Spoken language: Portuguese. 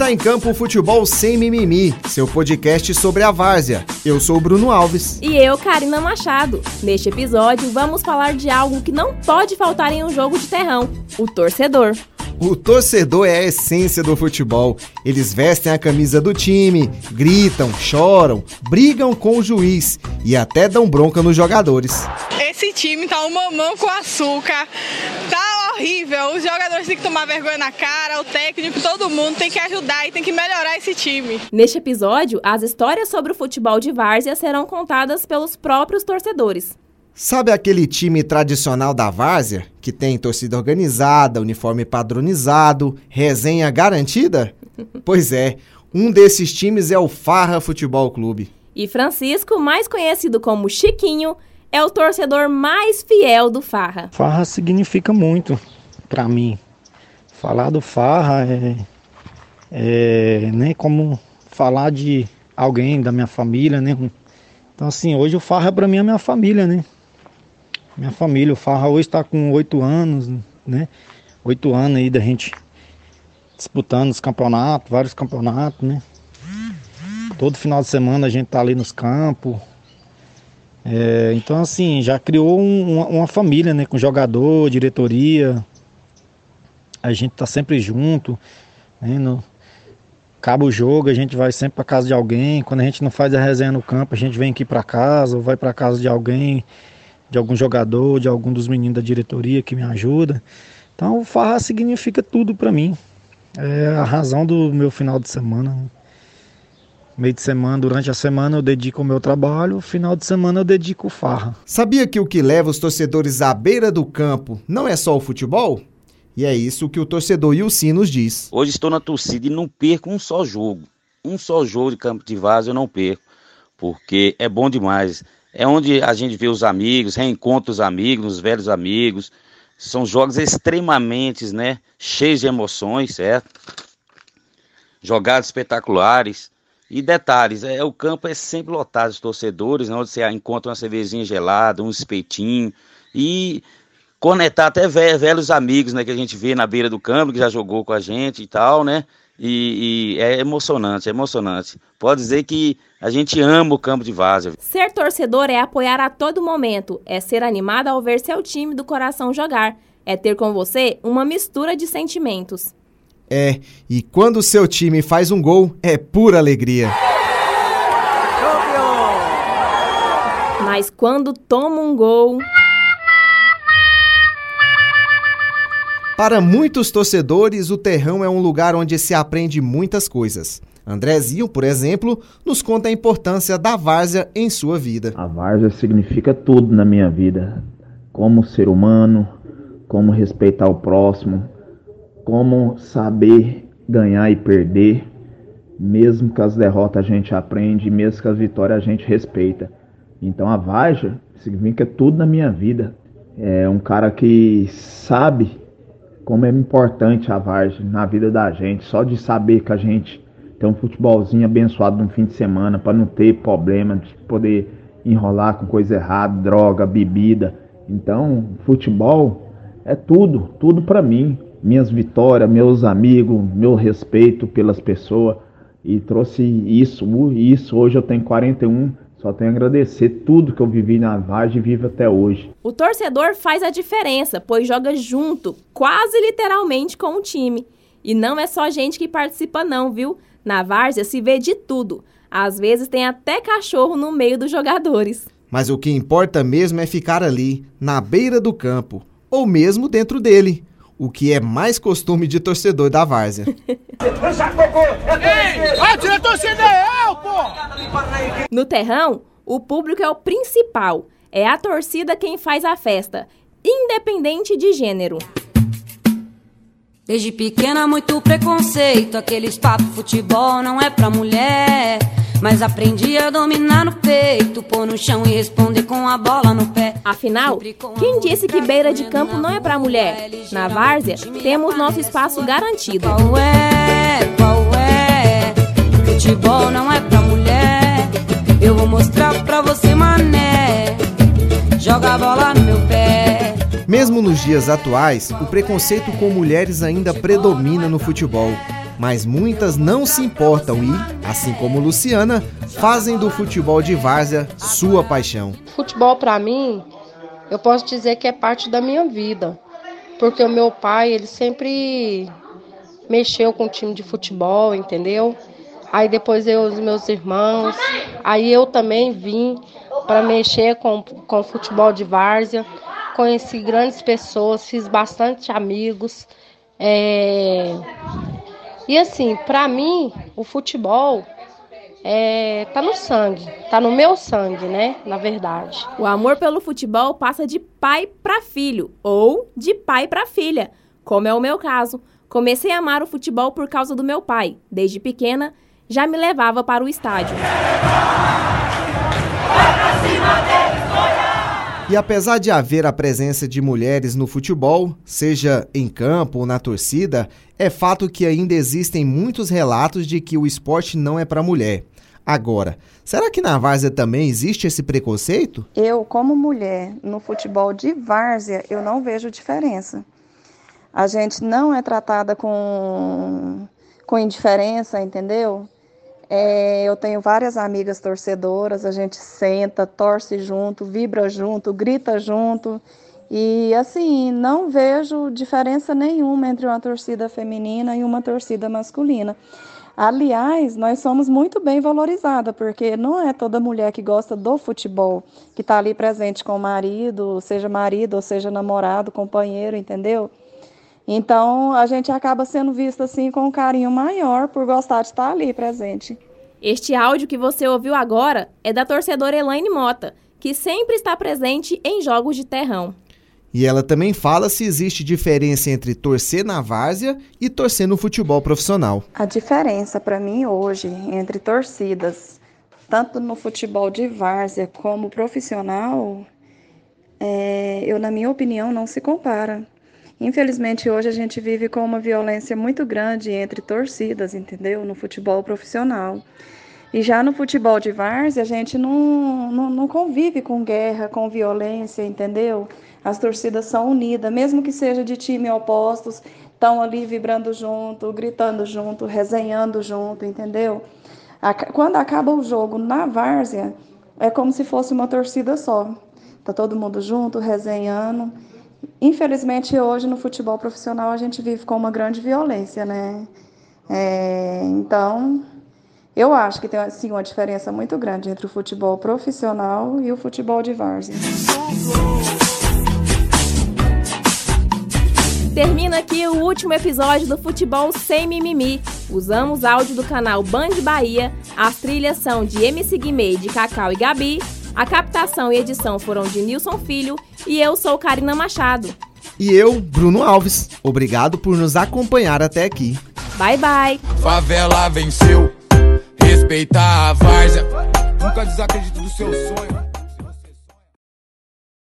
Tá em Campo Futebol Sem Mimimi, seu podcast sobre a várzea. Eu sou o Bruno Alves. E eu, Karina Machado. Neste episódio, vamos falar de algo que não pode faltar em um jogo de terrão: o torcedor. O torcedor é a essência do futebol. Eles vestem a camisa do time, gritam, choram, brigam com o juiz e até dão bronca nos jogadores. Esse time tá um mamão com açúcar, tá horrível. Os jogadores têm que tomar vergonha na cara, o técnico, todo mundo tem que ajudar e tem que melhorar esse time. Neste episódio, as histórias sobre o futebol de várzea serão contadas pelos próprios torcedores. Sabe aquele time tradicional da várzea, que tem torcida organizada, uniforme padronizado, resenha garantida? Pois é, um desses times é o Farra Futebol Clube. E Francisco, mais conhecido como Chiquinho, é o torcedor mais fiel do Farra. Farra significa muito para mim. Falar do Farra é nem como falar de alguém da minha família, né? Então assim, hoje o Farra para mim é minha família, né? Minha família, o Farra hoje está com 8 anos, né? 8 anos aí da gente disputando os campeonatos, vários campeonatos, né? Todo final de semana a gente tá ali nos campos. Então assim, já criou uma família, né? Com jogador, diretoria. A gente tá sempre junto, né? Acaba o jogo, a gente vai sempre para casa de alguém. Quando a gente não faz a resenha no campo, a gente vem aqui para casa, ou vai para casa de alguém, de algum jogador, de algum dos meninos da diretoria que me ajuda. Então o Farra significa tudo para mim. É a razão do meu final de semana. Meio de semana, durante a semana eu dedico ao meu trabalho, final de semana eu dedico ao Farra. Sabia que o que leva os torcedores à beira do campo não é só o futebol? E é isso que o torcedor Ilci nos diz. Hoje estou na torcida e não perco um só jogo. Um só jogo de campo de várzea eu não perco, porque é bom demais. É onde a gente vê os amigos, reencontra os amigos, os velhos amigos. São jogos extremamente, né, cheios de emoções, certo? Jogadas espetaculares. E detalhes, o campo é sempre lotado de torcedores, né, onde você encontra uma cervejinha gelada, um espetinho. E conectar até velhos amigos, né, que a gente vê na beira do campo, que já jogou com a gente e tal, né? E é emocionante, é emocionante. Pode dizer que a gente ama o campo de várzea. Ser torcedor é apoiar a todo momento, é ser animado ao ver seu time do coração jogar, é ter com você uma mistura de sentimentos. E quando o seu time faz um gol, é pura alegria. Mas quando toma um gol... Para muitos torcedores, o terrão é um lugar onde se aprende muitas coisas. Andrezinho, por exemplo, nos conta a importância da várzea em sua vida. A várzea significa tudo na minha vida. Como ser humano, como respeitar o próximo, como saber ganhar e perder. Mesmo que as derrotas a gente aprende, mesmo que as vitórias a gente respeita. Então a várzea significa tudo na minha vida. É um cara que sabe como é importante a várzea na vida da gente. Só de saber que a gente tem um futebolzinho abençoado no fim de semana, para não ter problema de poder enrolar com coisa errada, droga, bebida. Então, futebol é tudo para mim. Minhas vitórias, meus amigos, meu respeito pelas pessoas. E trouxe isso. Hoje eu tenho 41. Só tenho a agradecer tudo que eu vivi na várzea e vivo até hoje. O torcedor faz a diferença, pois joga junto, quase literalmente com o time. E não é só gente que participa não, viu? Na várzea se vê de tudo. Às vezes tem até cachorro no meio dos jogadores. Mas o que importa mesmo é ficar ali, na beira do campo, ou mesmo dentro dele. O que é mais costume de torcedor da várzea. No terrão, o público é o principal. É a torcida quem faz a festa, independente de gênero. Desde pequena muito preconceito, aqueles papos futebol não é pra mulher. Mas aprendi a dominar no peito, pôr no chão e responder com a bola no pé. Afinal, quem disse que beira de campo não é pra mulher? Na várzea, temos nosso espaço garantido. Qual é? Futebol não é pra mulher. Eu vou mostrar pra você, mané. Joga a bola no meu pé. Mesmo nos dias atuais, o preconceito com mulheres ainda predomina no futebol. mas muitas não se importam e, assim como Luciana, fazem do futebol de várzea sua paixão. Futebol, para mim, eu posso dizer que é parte da minha vida, porque o meu pai, ele sempre mexeu com o time de futebol, entendeu? Aí depois eu e os meus irmãos, aí eu também vim para mexer com o futebol de várzea, conheci grandes pessoas, fiz bastante amigos. E assim, para mim, o futebol tá no sangue, tá no meu sangue, né, na verdade. O amor pelo futebol passa de pai para filho ou de pai para filha, como é o meu caso. Comecei a amar o futebol por causa do meu pai. Desde pequena, já me levava para o estádio. E apesar de haver a presença de mulheres no futebol, seja em campo ou na torcida, é fato que ainda existem muitos relatos de que o esporte não é para mulher. Agora, será que na várzea também existe esse preconceito? Eu, como mulher, no futebol de várzea, eu não vejo diferença. A gente não é tratada com indiferença, entendeu? Eu tenho várias amigas torcedoras, a gente senta, torce junto, vibra junto, grita junto. E assim, não vejo diferença nenhuma entre uma torcida feminina e uma torcida masculina. Aliás, nós somos muito bem valorizadas, porque não é toda mulher que gosta do futebol, que está ali presente com o marido ou seja namorado, companheiro, entendeu? Então, a gente acaba sendo vista assim com um carinho maior por gostar de estar ali presente. Este áudio que você ouviu agora é da torcedora Elaine Mota, que sempre está presente em jogos de terrão. E ela também fala se existe diferença entre torcer na várzea e torcer no futebol profissional. A diferença para mim hoje entre torcidas, tanto no futebol de várzea como profissional, na minha opinião, não se compara. Infelizmente, hoje a gente vive com uma violência muito grande entre torcidas, entendeu? No futebol profissional. E já no futebol de várzea, a gente não convive com guerra, com violência, entendeu? As torcidas são unidas, mesmo que seja de time opostos, estão ali vibrando junto, gritando junto, resenhando junto, entendeu? Quando acaba o jogo na várzea, é como se fosse uma torcida só. Tá todo mundo junto, resenhando. Infelizmente, hoje no futebol profissional a gente vive com uma grande violência, né? Então, eu acho que tem assim, uma diferença muito grande entre o futebol profissional e o futebol de várzea. Termina aqui o último episódio do Futebol Sem Mimimi. Usamos áudio do canal Band Bahia, as trilhas são de MC Guimê, de Cacau e Gabi, a captação e edição foram de Nilson Filho e eu sou Karina Machado. E eu, Bruno Alves. Obrigado por nos acompanhar até aqui. Bye, bye. Favela venceu, respeitar a várzea, nunca desacredito do seu sonho.